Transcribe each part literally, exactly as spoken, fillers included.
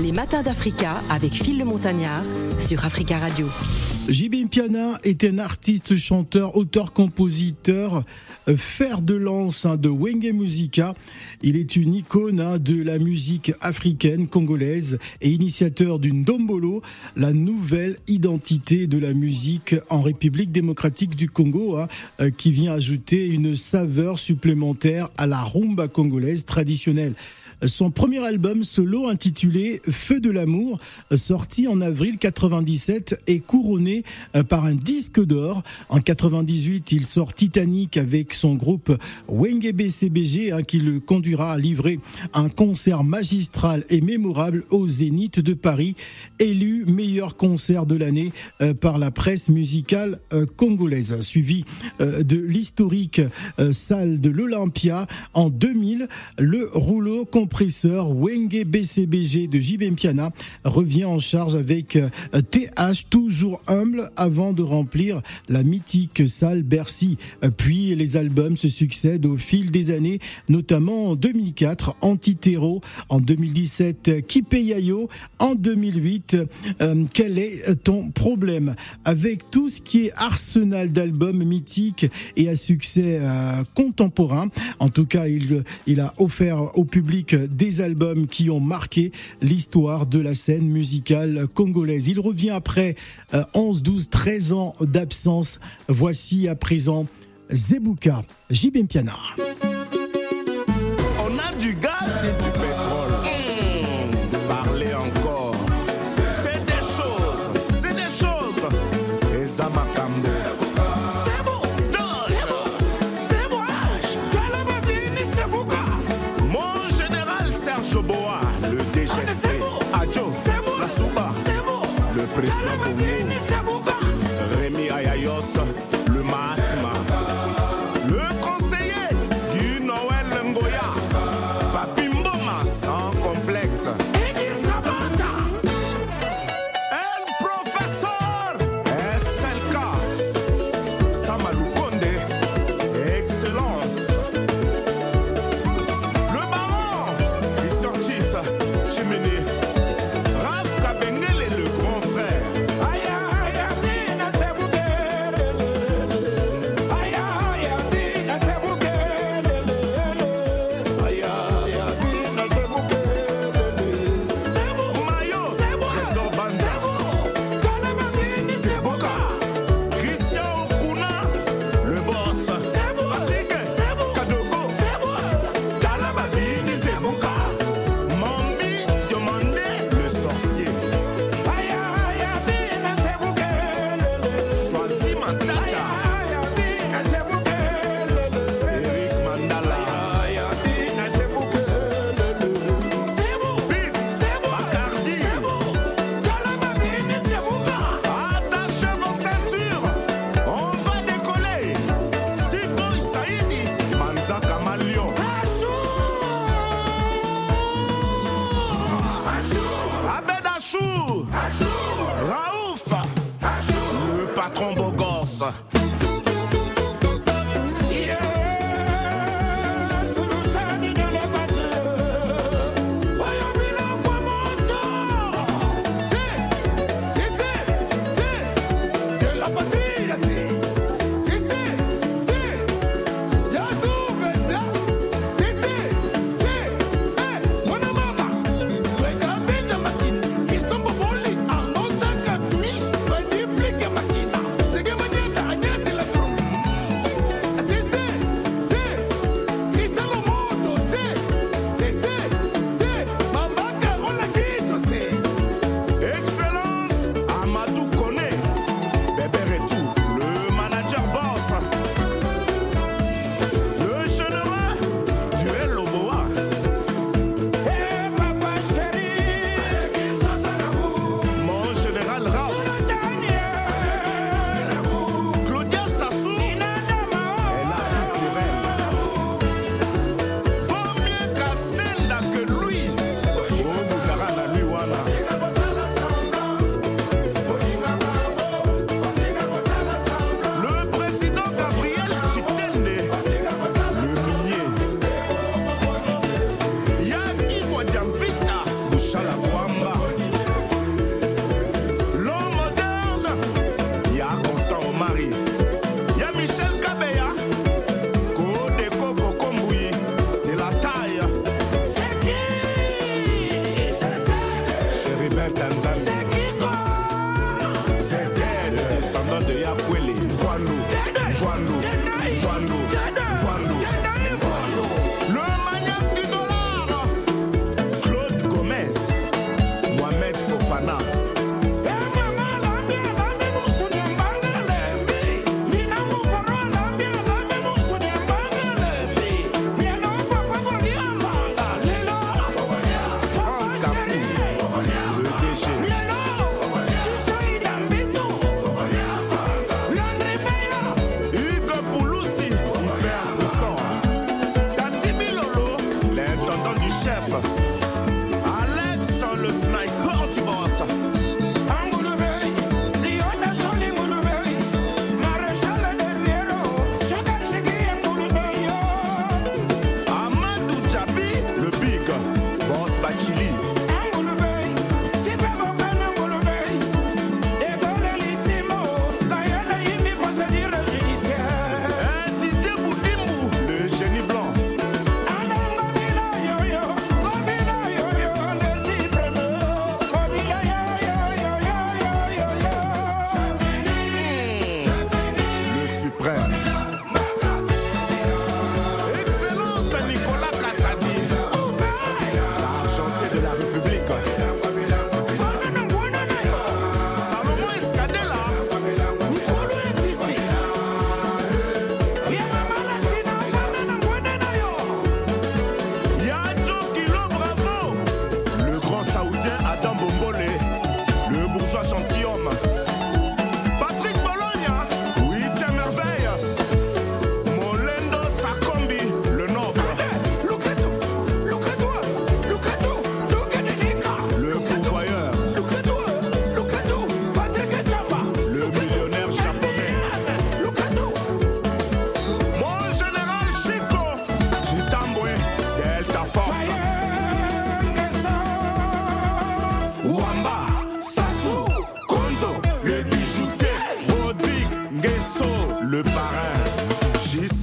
Les Matins d'Africa avec Phil le Montagnard sur Africa Radio. J B Mpiana est un artiste, chanteur, auteur, compositeur, fer de lance hein, de Wenge Musica. Il est une icône hein, de la musique africaine, congolaise et initiateur du Ndombolo, la nouvelle identité de la musique en République démocratique du Congo, hein, euh, qui vient ajouter une saveur supplémentaire à la rumba congolaise traditionnelle. Son premier album solo intitulé Feu de l'amour, sorti en avril quatre-vingt-dix-sept, est couronné par un disque d'or. En quatre-vingt-dix-huit, il sort Titanic avec son groupe Wenge B C B G hein, qui le conduira à livrer un concert magistral et mémorable au Zénith de Paris, élu meilleur concert de l'année euh, par la presse musicale euh, congolaise. Suivi euh, de l'historique euh, salle de l'Olympia en deux mille, le rouleau compresseur Wenge B C B G de J B Mpiana revient en charge avec euh, T H, toujours humble, avant de remplir la mythique salle Bercy. Euh, puis les albums se succèdent au fil des années, notamment en deux mille quatre, Antiterro, en deux mille dix-sept, Kipeyayo, en deux mille huit, euh, Quel est ton problème? Avec tout ce qui est arsenal d'albums mythiques et à succès euh, contemporain, en tout cas il, il a offert au public des albums qui ont marqué l'histoire de la scène musicale congolaise. Il revient après euh, onze, douze, treize ans d'absence. Voici à présent Zebuka, J B Mpiana. On a du gaz et du pétrole. Mmh. Parlez encore. C'est des choses, c'est des choses. Et Zamakambo. C'est bon, c'est bon, c'est bon. Mon général Serge Boa, le D G C, Adjo, la Souba, le président Boumou, Rémi Ayayos, le Mahatma, le conseiller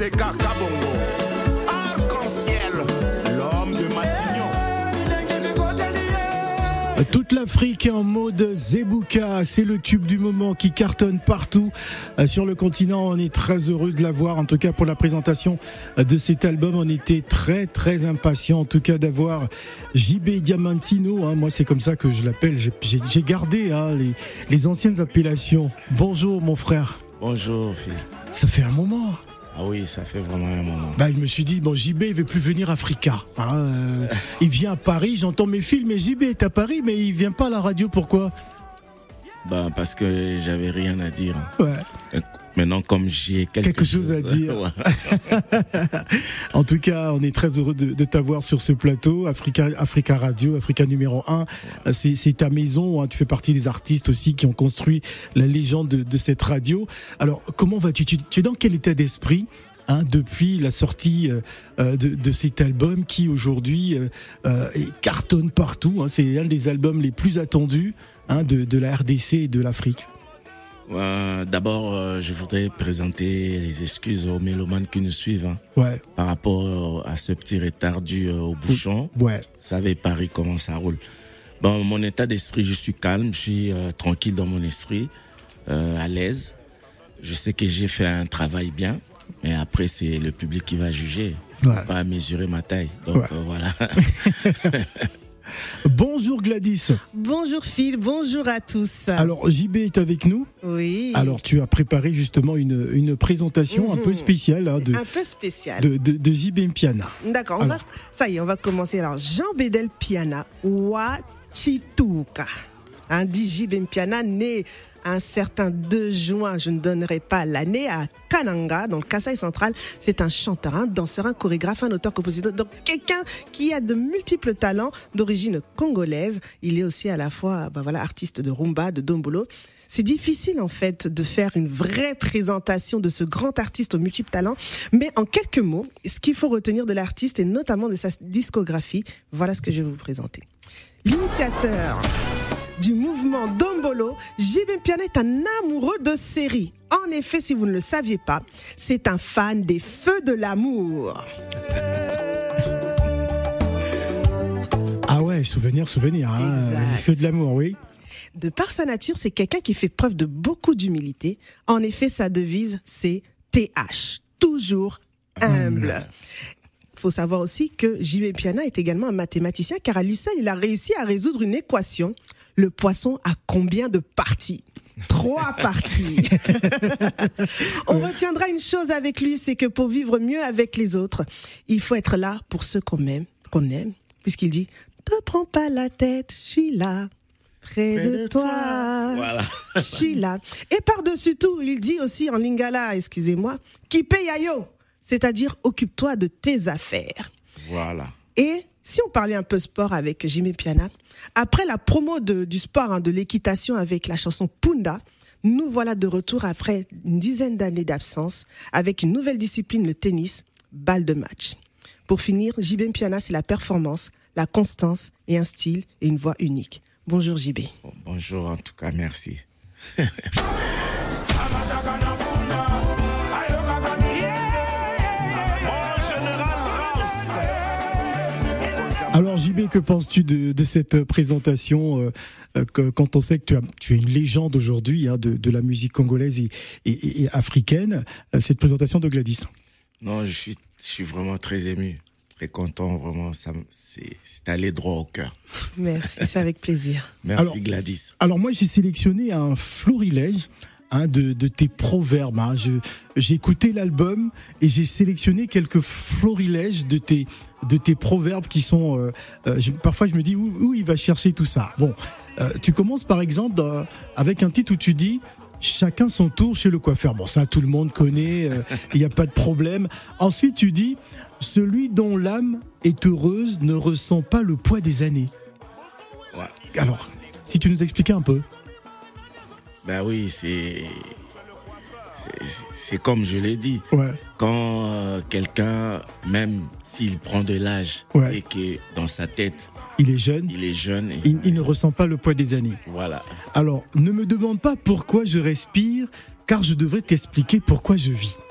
T K Kabongo, Arc-en-Ciel, l'homme de Matignon. Toute l'Afrique est en mode Zebouka, c'est le tube du moment qui cartonne partout sur le continent. On est très heureux de l'avoir, en tout cas pour la présentation de cet album. On était très très impatients, en tout cas d'avoir J B Diamantino, hein. Moi c'est comme ça que je l'appelle, j'ai, j'ai, j'ai gardé hein, les, les anciennes appellations. Bonjour mon frère. Bonjour fille. Ça fait un moment. Ah oui, ça fait vraiment un moment. Bah, je me suis dit, bon, J B, il veut plus venir à Africa. Hein, euh, il vient à Paris, j'entends mes films, mais J B est à Paris, mais il vient pas à la radio, pourquoi ? Bah, parce que j'avais rien à dire. Ouais. Maintenant, comme j'ai quelque, quelque chose, chose à dire. En tout cas, on est très heureux de, de t'avoir sur ce plateau. Africa, Africa Radio, Africa numéro un. Ouais. C'est, c'est ta maison. Hein. Tu fais partie des artistes aussi qui ont construit la légende de, de cette radio. Alors, comment vas-tu ? Tu, tu es dans quel état d'esprit hein, depuis la sortie euh, de, de cet album qui aujourd'hui euh, euh, cartonne partout hein. C'est un des albums les plus attendus hein, de, de la R D C et de l'Afrique. Euh, d'abord, euh, je voudrais présenter les excuses aux mélomanes qui nous suivent hein, ouais. par rapport à ce petit retard dû euh, au bouchon. Ouais. Vous savez, Paris, comment ça roule. Bon, mon état d'esprit, je suis calme, je suis euh, tranquille dans mon esprit, euh, à l'aise. Je sais que j'ai fait un travail bien, mais après, c'est le public qui va juger, ouais. Pas mesurer ma taille. Donc, ouais. euh, voilà. Bonjour Gladys. Bonjour Phil, bonjour à tous. Alors J B est avec nous. Oui. Alors tu as préparé justement une, une présentation mmh. un peu spéciale hein, de, un peu spéciale. de, de, de J B Mpiana. D'accord, on va, ça y est, on va commencer. Alors Jean Bédel Piana, Ouachituka. Hein, dit J B Mpiana, né un certain deux juin, je ne donnerai pas l'année, à Kananga, dans le Kasaï central. C'est un chanteur, un danseur, un chorégraphe, un auteur-compositeur, donc quelqu'un qui a de multiples talents d'origine congolaise. Il est aussi à la fois ben voilà, artiste de rumba, de dombolo. C'est difficile en fait de faire une vraie présentation de ce grand artiste aux multiples talents, mais en quelques mots, ce qu'il faut retenir de l'artiste et notamment de sa discographie, voilà ce que je vais vous présenter. L'initiateur du mouvement Dombolo, J B Mpiana est un amoureux de série. En effet, si vous ne le saviez pas, c'est un fan des Feux de l'amour. Ah ouais, souvenir, souvenir, hein, les Feux de l'amour, oui. De par sa nature, c'est quelqu'un qui fait preuve de beaucoup d'humilité. En effet, sa devise, c'est T H, toujours humble. Il faut savoir aussi que J B Mpiana est également un mathématicien, car à lui seul, il a réussi à résoudre une équation. Le poisson a combien de parties ? Trois parties. On retiendra une chose avec lui, c'est que pour vivre mieux avec les autres, il faut être là pour ceux qu'on aime, qu'on aime, puisqu'il dit « Te prends pas la tête, je suis là, près, près de, de toi, toi. Voilà. Je suis là. » Et par-dessus tout, il dit aussi en lingala, excusez-moi, « Kipe yayo », c'est-à-dire « Occupe-toi de tes affaires ». Voilà. Et si on parlait un peu sport avec J B Mpiana, après la promo de, du sport, hein, de l'équitation avec la chanson Punda, nous voilà de retour après une dizaine d'années d'absence avec une nouvelle discipline, le tennis, balle de match. Pour finir, J B Mpiana, c'est la performance, la constance et un style et une voix unique. Bonjour J B. Bon, bonjour en tout cas, merci. Alors J B, que penses-tu de, de cette présentation euh, que, quand on sait que tu, as, tu es une légende aujourd'hui hein, de, de la musique congolaise et, et, et africaine, euh, cette présentation de Gladys? Non, je suis, je suis vraiment très ému, très content, vraiment, ça, c'est, c'est allé droit au cœur. Merci, c'est avec plaisir. Merci alors, Gladys. Alors moi j'ai sélectionné un florilège hein, de, de tes proverbes. Hein. Je, j'ai écouté l'album et j'ai sélectionné quelques florilèges de tes de tes proverbes qui sont euh, euh, je, parfois je me dis où, où il va chercher tout ça. Bon, euh, tu commences par exemple euh, avec un titre où tu dis chacun son tour chez le coiffeur. Bon, ça tout le monde connaît, il n'y a pas de problème. Ensuite tu dis celui dont l'âme est heureuse ne ressent pas le poids des années. Ouais. Alors si tu nous expliquais un peu. Ben oui, c'est c'est, c'est comme je l'ai dit. Ouais. Quand euh, quelqu'un, même s'il prend de l'âge ouais. et que dans sa tête, il est jeune, il est jeune, et il, il ne ressent pas le poids des années. Voilà. Alors, ne me demande pas pourquoi je respire, car je devrais t'expliquer pourquoi je vis.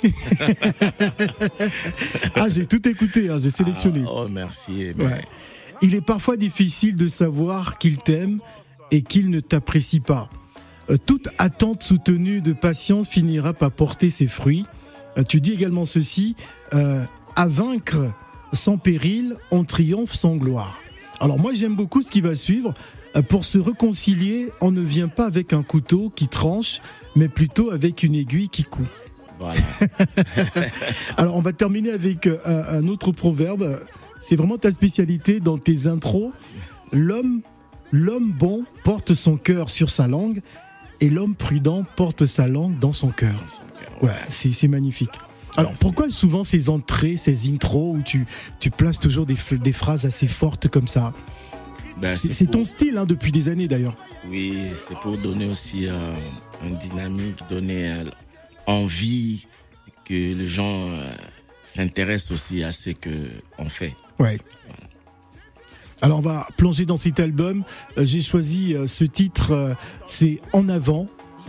Ah, j'ai tout écouté, hein, j'ai sélectionné. Ah, oh, merci. Mais... Ouais. Il est parfois difficile de savoir qu'il t'aime et qu'il ne t'apprécie pas. Euh, toute attente soutenue de patience finira par porter ses fruits. Euh, tu dis également ceci, euh, à vaincre sans péril, on triomphe sans gloire. Alors moi j'aime beaucoup ce qui va suivre. Euh, pour se réconcilier, on ne vient pas avec un couteau qui tranche, mais plutôt avec une aiguille qui coupe. Voilà. Alors on va terminer avec euh, un autre proverbe. C'est vraiment ta spécialité dans tes intros. L'homme, l'homme bon porte son cœur sur sa langue et l'homme prudent porte sa langue dans son cœur. Ouais, c'est, c'est magnifique. Alors pourquoi souvent ces entrées, ces intros où tu, tu places toujours des, des phrases assez fortes comme ça? Ben, c'est, c'est, c'est pour... ton style hein, depuis des années d'ailleurs. Oui, c'est pour donner aussi euh, une dynamique, donner euh, envie que les gens euh, s'intéressent aussi à ce qu'on fait. Ouais. Voilà. Alors on va plonger dans cet album. Euh, j'ai choisi euh, ce titre, euh, c'est En avant.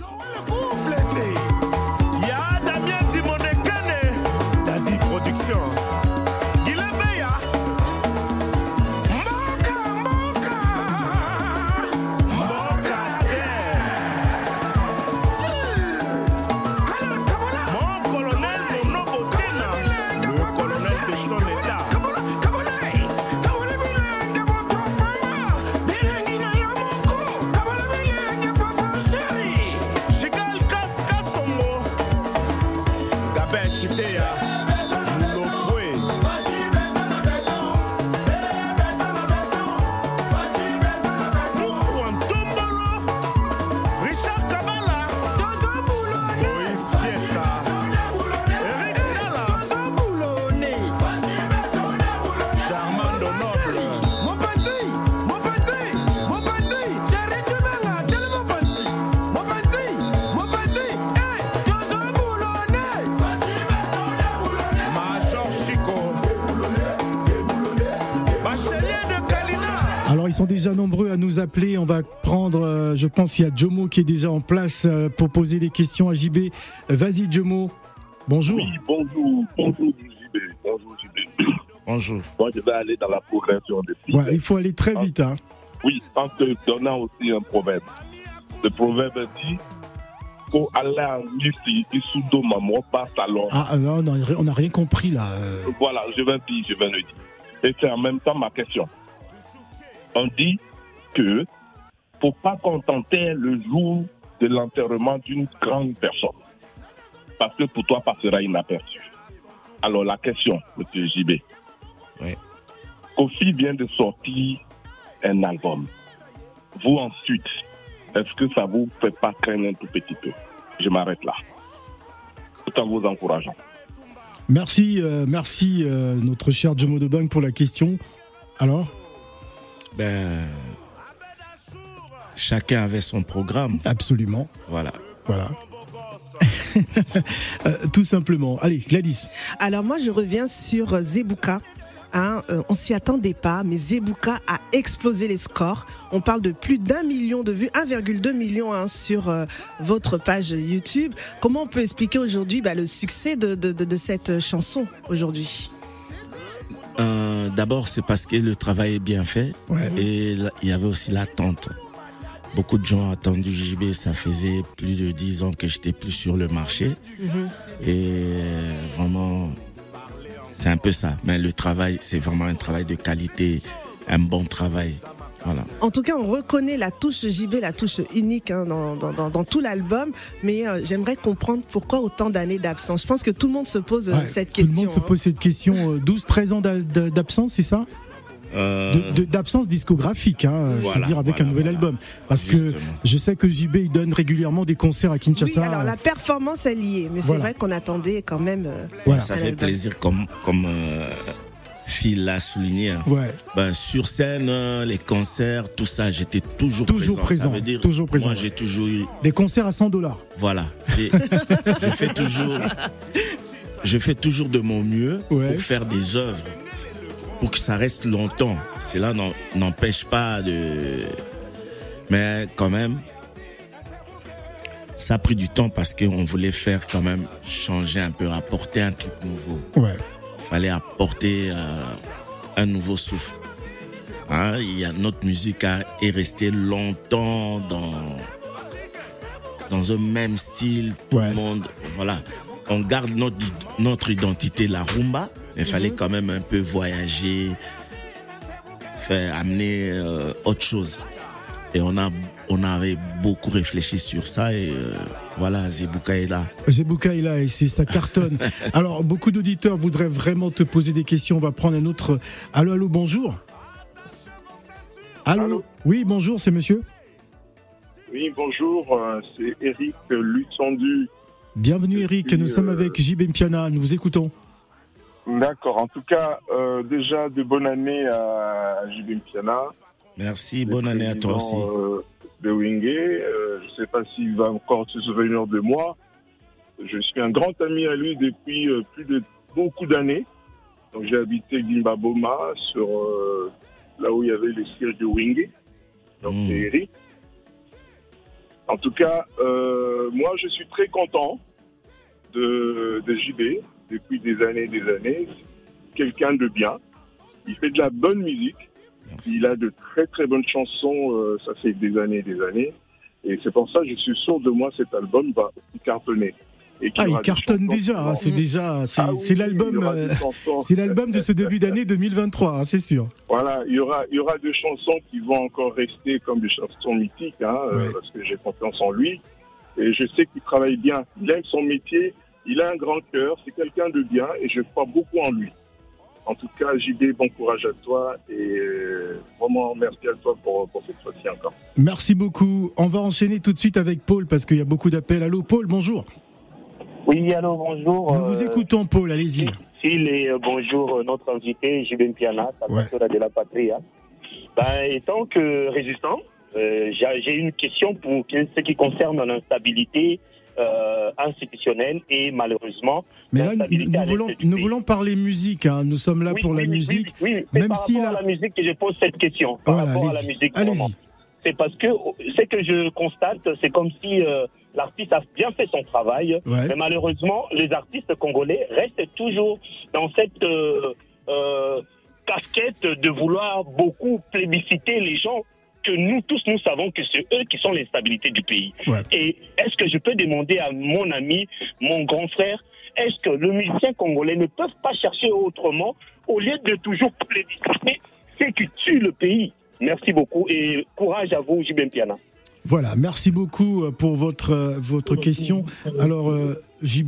Alors ils sont déjà nombreux à nous appeler, on va prendre, euh, je pense qu'il y a Jomo qui est déjà en place euh, pour poser des questions à J B. Euh, vas-y Jomo, bonjour. Oui, bonjour, bonjour J B, bonjour J B. Bonjour. Moi je vais aller dans la progression des filles. Ouais, il faut aller très vite. Hein. Oui, en te donnant aussi un proverbe. Le proverbe dit faut aller en Russie, Isudo Mamo, pas salon. Ah non, non, on n'a rien compris là. Euh... Voilà, je vais dire, je vais le dire. Et c'est en même temps ma question. On dit que faut pas contenter le jour de l'enterrement d'une grande personne, parce que pour toi passera inaperçu. Alors la question, M. J B. Oui. Kofi vient de sortir un album. Vous ensuite, est-ce que ça vous fait pas craindre un tout petit peu? Je m'arrête là. Tout en vous encourageant. Merci, euh, merci euh, notre cher Jomo de Bang pour la question. Alors? Ben, chacun avait son programme. Absolument. Voilà. Voilà. euh, tout simplement. Allez, Gladys. Alors moi, je reviens sur Zebouka. Hein, euh, on s'y attendait pas, mais Zebouka a explosé les scores. On parle de plus d'un million de vues, un virgule deux million hein, sur euh, votre page YouTube. Comment on peut expliquer aujourd'hui bah, le succès de, de, de, de cette chanson aujourd'hui? Euh, d'abord, c'est parce que le travail est bien fait. Ouais. Et il y avait aussi l'attente. Beaucoup de gens ont attendu J B, ça faisait plus de dix ans que j'étais plus sur le marché. Mm-hmm. Et vraiment, c'est un peu ça. Mais le travail, c'est vraiment un travail de qualité, un bon travail. Voilà. En tout cas, on reconnaît la touche J B, la touche unique hein, dans, dans, dans, dans tout l'album. Mais euh, j'aimerais comprendre pourquoi autant d'années d'absence. Je pense que tout le monde se pose ouais, cette tout question. Tout le monde hein. se pose cette question. douze treize ans d'absence, c'est ça? Euh... De, de, d'absence discographique, hein, voilà, c'est-à-dire avec voilà, un nouvel voilà. album. Parce Justement. que je sais que J B il donne régulièrement des concerts à Kinshasa. Oui, alors la performance est liée, mais voilà. c'est vrai qu'on attendait quand même. Euh, voilà. Ça fait plaisir, comme comme euh, Phil l'a souligné. Ouais. Ben, sur scène, euh, les concerts, tout ça, j'étais toujours, toujours présent. présent. Ça veut dire, toujours présent. Moi, j'ai toujours eu des concerts à cent dollars. Voilà. Et je fais toujours, je fais toujours de mon mieux ouais. pour faire des œuvres. Pour que ça reste longtemps. Cela n'empêche pas de... Mais quand même, ça a pris du temps parce qu'on voulait faire quand même changer un peu, apporter un truc nouveau. Ouais. Il fallait apporter euh, un nouveau souffle. Hein, il y a, notre musique a, est restée longtemps dans, dans un même style, tout Ouais. le monde, voilà. On garde notre, notre identité, la rumba, mais il fallait quand même un peu voyager, faire, amener euh, autre chose. Et on a, on avait beaucoup réfléchi sur ça et euh, voilà, Zebouka est là. Zebouka est là et c'est ça cartonne. Alors, beaucoup d'auditeurs voudraient vraiment te poser des questions. On va prendre un autre. Allô, allô, bonjour. Allô, Allô. Oui, bonjour, c'est monsieur. Oui, bonjour, euh, c'est Eric Lutzandu. Bienvenue Je Eric, suis, nous euh, sommes avec J B Mpiana, nous vous écoutons. D'accord, en tout cas, euh, déjà de bonne année à J B Mpiana. Merci, bonne année à toi aussi. Euh, de Wingé, euh, je ne sais pas s'il va encore se souvenir de moi. Je suis un grand ami à lui depuis euh, plus de beaucoup d'années. Donc j'ai habité Gimbaboma, sur euh, là où il y avait les sièges de Wingé. Donc Mmh. c'est Eric. En tout cas, euh, moi je suis très content de, de J B depuis des années et des années. Quelqu'un de bien. Il fait de la bonne musique. Merci. Il a de très très bonnes chansons. euh, ça fait des années et des années. Et c'est pour ça que je suis sûr de moi cet album va cartonner. Et qu'il Ah, y il aura des cartonne chansons déjà, hein, fortes. c'est déjà, c'est, Ah oui, c'est il y l'album, aura euh, des chansons. c'est l'album de ce début d'année deux mille vingt-trois, hein, c'est sûr. Voilà, il y aura, il y aura des chansons qui vont encore rester comme des chansons mythiques, hein, euh, Ouais. parce que j'ai confiance en lui. Et je sais qu'il travaille bien. Il aime son métier, il a un grand cœur, c'est quelqu'un de bien et je crois beaucoup en lui. En tout cas, J B, bon courage à toi et euh, vraiment merci à toi pour, pour cette fois-ci encore. Merci beaucoup. On va enchaîner tout de suite avec Paul parce qu'il y a beaucoup d'appels. Allô, Paul, bonjour. Oui, allô, bonjour. Nous vous euh, écoutons, Paul, allez-y. Phil et euh, bonjour euh, notre invité, J B Mpiana, Ouais. de la patrie. Hein. Ben, étant que résistant, euh, j'ai, j'ai une question pour que- ce qui concerne l'instabilité euh, institutionnelle et malheureusement Mais là, nous, l'instabilité à nous voulons, l'est du nous pays. voulons parler musique, hein. Nous sommes là Oui, pour oui, la oui, musique. Oui, oui, oui. C'est même par si rapport la- à la musique que je pose cette question. Par Voilà, rapport à la allez-y. musique, vraiment. Allez-y. C'est parce que ce que je constate, c'est comme si euh, l'artiste a bien fait son travail, Ouais. mais malheureusement, les artistes congolais restent toujours dans cette euh, euh, casquette de vouloir beaucoup plébisciter les gens que nous tous, nous savons que c'est eux qui sont l'instabilité du pays. Ouais. Et est-ce que je peux demander à mon ami, mon grand frère, est-ce que le musicien congolais ne peuvent pas chercher autrement au lieu de toujours plébisciter ce qui tue le pays? Merci beaucoup et courage à vous, J B Mpiana. Voilà, merci beaucoup pour votre, euh, votre question. Alors, euh, J B,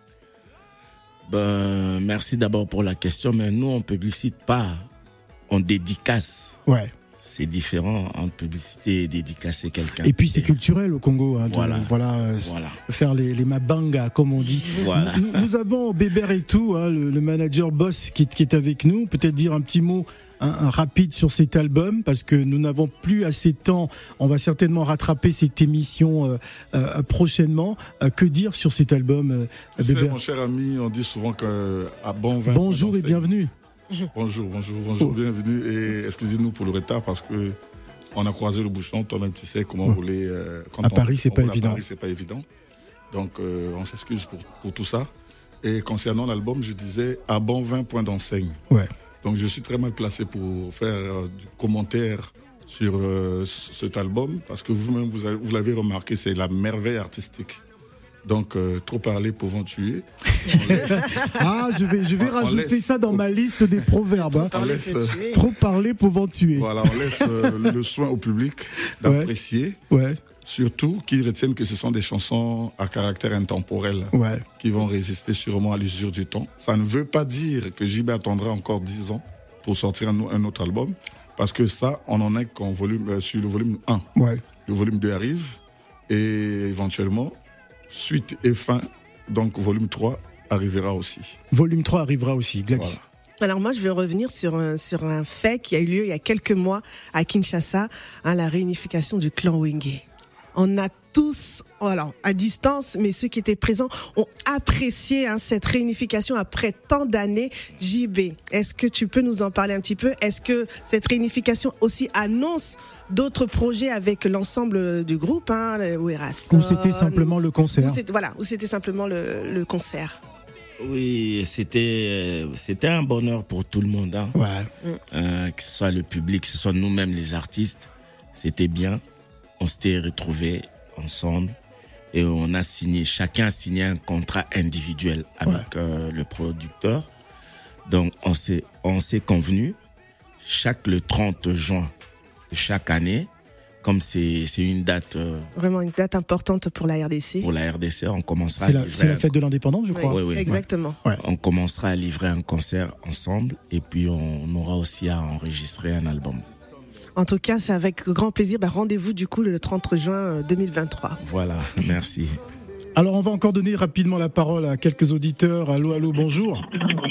Ben, merci d'abord pour la question, mais nous, on ne publicite pas, on dédicace. ouais. C'est différent entre publicité et dédicacer quelqu'un. Et puis c'est culturel au Congo, hein, de, Voilà. voilà, euh, Voilà. faire les, les mabangas, comme on dit. Voilà. Nous, nous avons Bébert et tout, hein, le, le manager boss qui, est- qui est avec nous. Peut-être dire un petit mot un, un rapide sur cet album, parce que nous n'avons plus assez de temps. On va certainement rattraper cette émission euh, euh, prochainement. Euh, que dire sur cet album, euh, Tu sais, Bébert? mon cher ami, on dit souvent que à bon vin. Bonjour on et enseigne. bienvenue. Bonjour, bonjour, bonjour, bienvenue. Et excusez-nous pour le retard parce que on a croisé le bouchon. Toi-même, tu sais comment Ouais. rouler. euh, quand À on- Paris, c'est on pas roule à évident. Paris, c'est pas évident. Donc, euh, on s'excuse pour, pour tout ça. Et concernant l'album, je disais à bon vin, point d'enseigne. Ouais. Donc, je suis très mal placé pour faire euh, du commentaire sur euh, c- cet album parce que vous-même, vous, avez- vous l'avez remarqué, c'est la merveille artistique. Donc, euh, trop parler pouvant tuer. On laisse, Ah, je vais, je vais On- on rajouter laisse- ça dans ma liste des proverbes. hein. on laisse, euh, Trop parler pouvant tuer. voilà, on laisse euh, le soin au public d'apprécier, Ouais, surtout qu'ils retiennent que ce sont des chansons à caractère intemporel ouais. qui vont résister sûrement à l'usure du temps. Ça ne veut pas dire que J B attendra encore dix ans pour sortir un, un autre album, parce que ça, on en est qu'en volume, euh, sur le volume un. Ouais. Le volume deux arrive, et éventuellement, suite et fin, donc volume trois arrivera aussi. Volume trois arrivera aussi, Gladys. Voilà. Alors moi, je vais revenir sur un, sur un fait qui a eu lieu il y a quelques mois à Kinshasa, hein, la réunification du clan Wenge. On a tous, alors à distance, mais ceux qui étaient présents ont apprécié hein, cette réunification après tant d'années. J B, est-ce que tu peux nous en parler un petit peu? Est-ce que cette réunification aussi annonce d'autres projets avec l'ensemble du groupe, hein, Oueras? Ou c'était simplement le concert? Ou voilà, ou c'était simplement le, le concert. Oui, c'était c'était un bonheur pour tout le monde, hein. Ouais. Euh, que ce soit le public, que ce soit nous-mêmes les artistes, c'était bien. On s'était retrouvés ensemble et on a signé, chacun a signé un contrat individuel avec ouais. euh, le producteur. Donc on s'est on s'est convenu chaque le trente juin de chaque année, comme c'est c'est une date euh, vraiment une date importante pour la R D C. Pour la R D C, on commencera. C'est la, c'est la fête de l'indépendance, je crois. Oui, oui, exactement. Ouais. On commencera à livrer un concert ensemble et puis on aura aussi à enregistrer un album. En tout cas, c'est avec grand plaisir. Bah, rendez-vous du coup le trente juin deux mille vingt-trois. Voilà, merci. Alors, on va encore donner rapidement la parole à quelques auditeurs. Allô, allô, bonjour.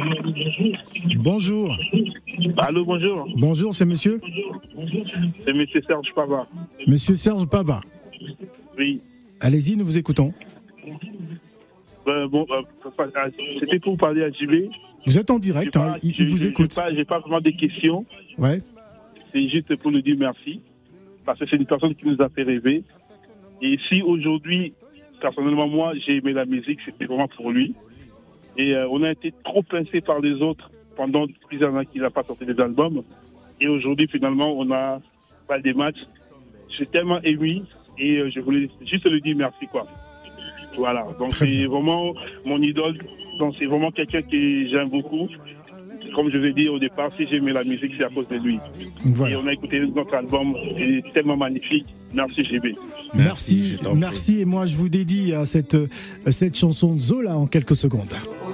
Bonjour. Allô, bonjour. Bonjour, c'est monsieur? C'est monsieur Serge Pava. Monsieur Serge Pava. Oui. Allez-y, nous vous écoutons. Euh, bon, euh, c'était pour parler à J B. Vous êtes en direct, hein, pas, il, je, il vous je, écoute. J'ai pas, j'ai pas vraiment des questions. Ouais. C'est juste pour lui dire merci. Parce que c'est une personne qui nous a fait rêver. Et si aujourd'hui, personnellement, moi, j'ai aimé la musique, c'était vraiment pour lui. Et euh, on a été trop pincés par les autres pendant plusieurs années qu'il n'a pas sorti des albums. Et aujourd'hui, finalement, on a pas des matchs. Je suis tellement ému et euh, je voulais juste lui dire merci, quoi. Voilà. Donc, Très c'est bien. Vraiment mon idole. Donc, c'est vraiment quelqu'un que j'aime beaucoup. Comme je l'ai dit au départ, si j'aimais la musique, c'est à cause de lui. Voilà. Et on a écouté notre album, c'est tellement magnifique. Merci G B. Merci, merci, merci. Et moi, je vous dédie à cette, cette chanson de Zola en quelques secondes.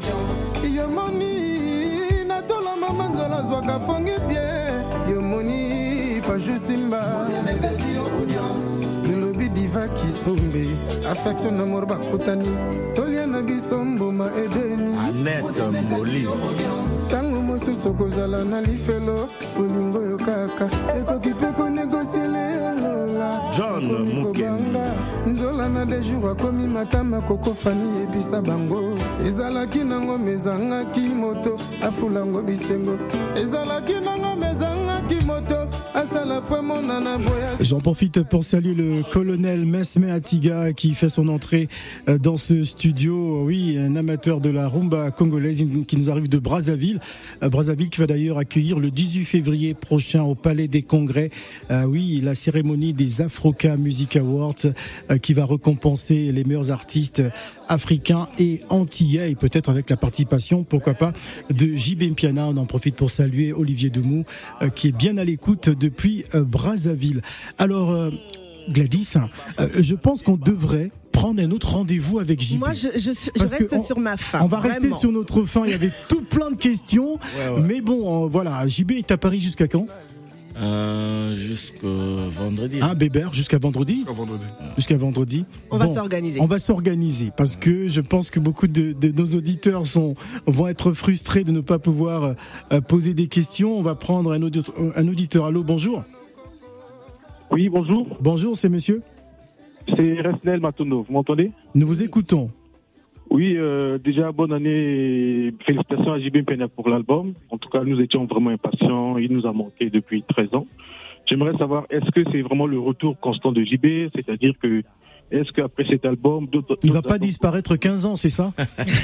Annette Moli. Tango mosusu kozala na lifelo olingo yo kaka ekoki pe konegosiele lola John Mukendi nzola na de jour akomi matama koko fani ebisa bango ezalaki nango mezangaki moto afulango bisengo ezalaki nango mezangaki moto asala po monana boya. J'en profite pour saluer le colonel Mesme Atiga qui fait son entrée dans ce studio. Oui, un amateur de la rumba congolaise qui nous arrive de Brazzaville. Brazzaville qui va d'ailleurs accueillir le dix-huit février prochain au Palais des Congrès, euh, oui, la cérémonie des Africa Music Awards euh, qui va récompenser les meilleurs artistes africains et antillais, et peut-être avec la participation, pourquoi pas, de J B Mpiana. On en profite pour saluer Olivier Demou euh, qui est bien à l'écoute depuis euh, Brazzaville. Alors, euh, Gladys, euh, je pense qu'on devrait prendre un autre rendez-vous avec J B. Moi, je, je, je reste on, sur ma faim. On va vraiment. rester sur notre faim. Il y avait tout plein de questions. Ouais, ouais. Mais bon, euh, voilà. J B est à Paris jusqu'à quand? euh, Jusqu'à vendredi. Ah, Bébert, jusqu'à vendredi Jusqu'à vendredi. Jusqu'à vendredi. On bon, va s'organiser. On va s'organiser parce que je pense que beaucoup de, de nos auditeurs sont, vont être frustrés de ne pas pouvoir euh, poser des questions. On va prendre un auditeur. Un auditeur. Allô, bonjour. Oui, bonjour. Bonjour, c'est monsieur? C'est Resnel Matono, vous m'entendez? Nous vous écoutons. Oui, euh, déjà, bonne année. Félicitations à J B Mpiana pour l'album. En tout cas, nous étions vraiment impatients. Il nous a manqué depuis treize ans. J'aimerais savoir, est-ce que c'est vraiment le retour constant de J B? C'est-à-dire que, est-ce qu'après cet album, d'autres... Il ne va pas albums... disparaître quinze ans, c'est ça?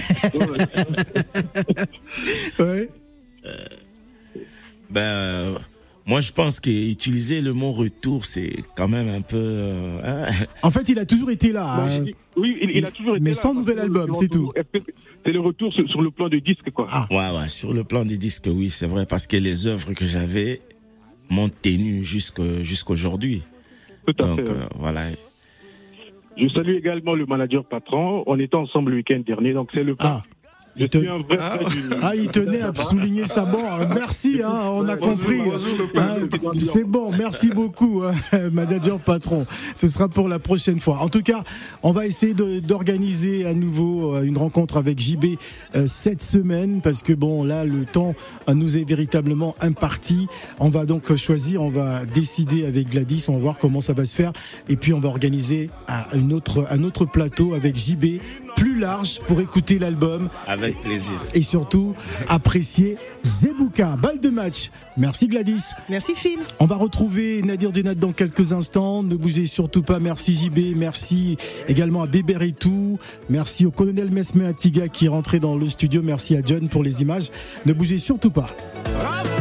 Ouais. Euh, ben... Moi, je pense qu'utiliser le mot retour, c'est quand même un peu... Euh, hein. En fait, il a toujours été là. Moi, hein. dis, oui, il, il a toujours été mais là. Mais sans nouvel album, c'est tout. C'est le retour sur, sur le plan du disque, quoi. Ah. Ouais, ouais, sur le plan du disque, oui, c'est vrai, parce que les œuvres que j'avais m'ont tenu jusqu'aujourd'hui. Tout à Donc, fait. Euh, voilà. Je salue également le manager patron. On était ensemble le week-end dernier, donc c'est le plan. Ah. Je suis un vrai ah, frère du... ah, il tenait à souligner ça. Bon, merci, hein, on a bonjour, compris. Bonjour, le Hein, c'est bon, merci beaucoup, hein, manager patron. Ce sera pour la prochaine fois. En tout cas, on va essayer de, d'organiser à nouveau une rencontre avec J B euh, cette semaine, parce que bon, là, le temps nous est véritablement imparti. On va donc choisir, on va décider avec Gladys, on va voir comment ça va se faire, et puis on va organiser un, une autre, un autre plateau avec J B plus large pour écouter l'album. Avec plaisir. Et surtout, apprécier Zebouka. Balle de match. Merci Gladys. Merci Phil. On va retrouver Nadir Djenad dans quelques instants. Ne bougez surtout pas. Merci J B. Merci également à Bébert et tout. Merci au colonel Mesme Atiga qui est rentré dans le studio. Merci à John pour les images. Ne bougez surtout pas. Bravo.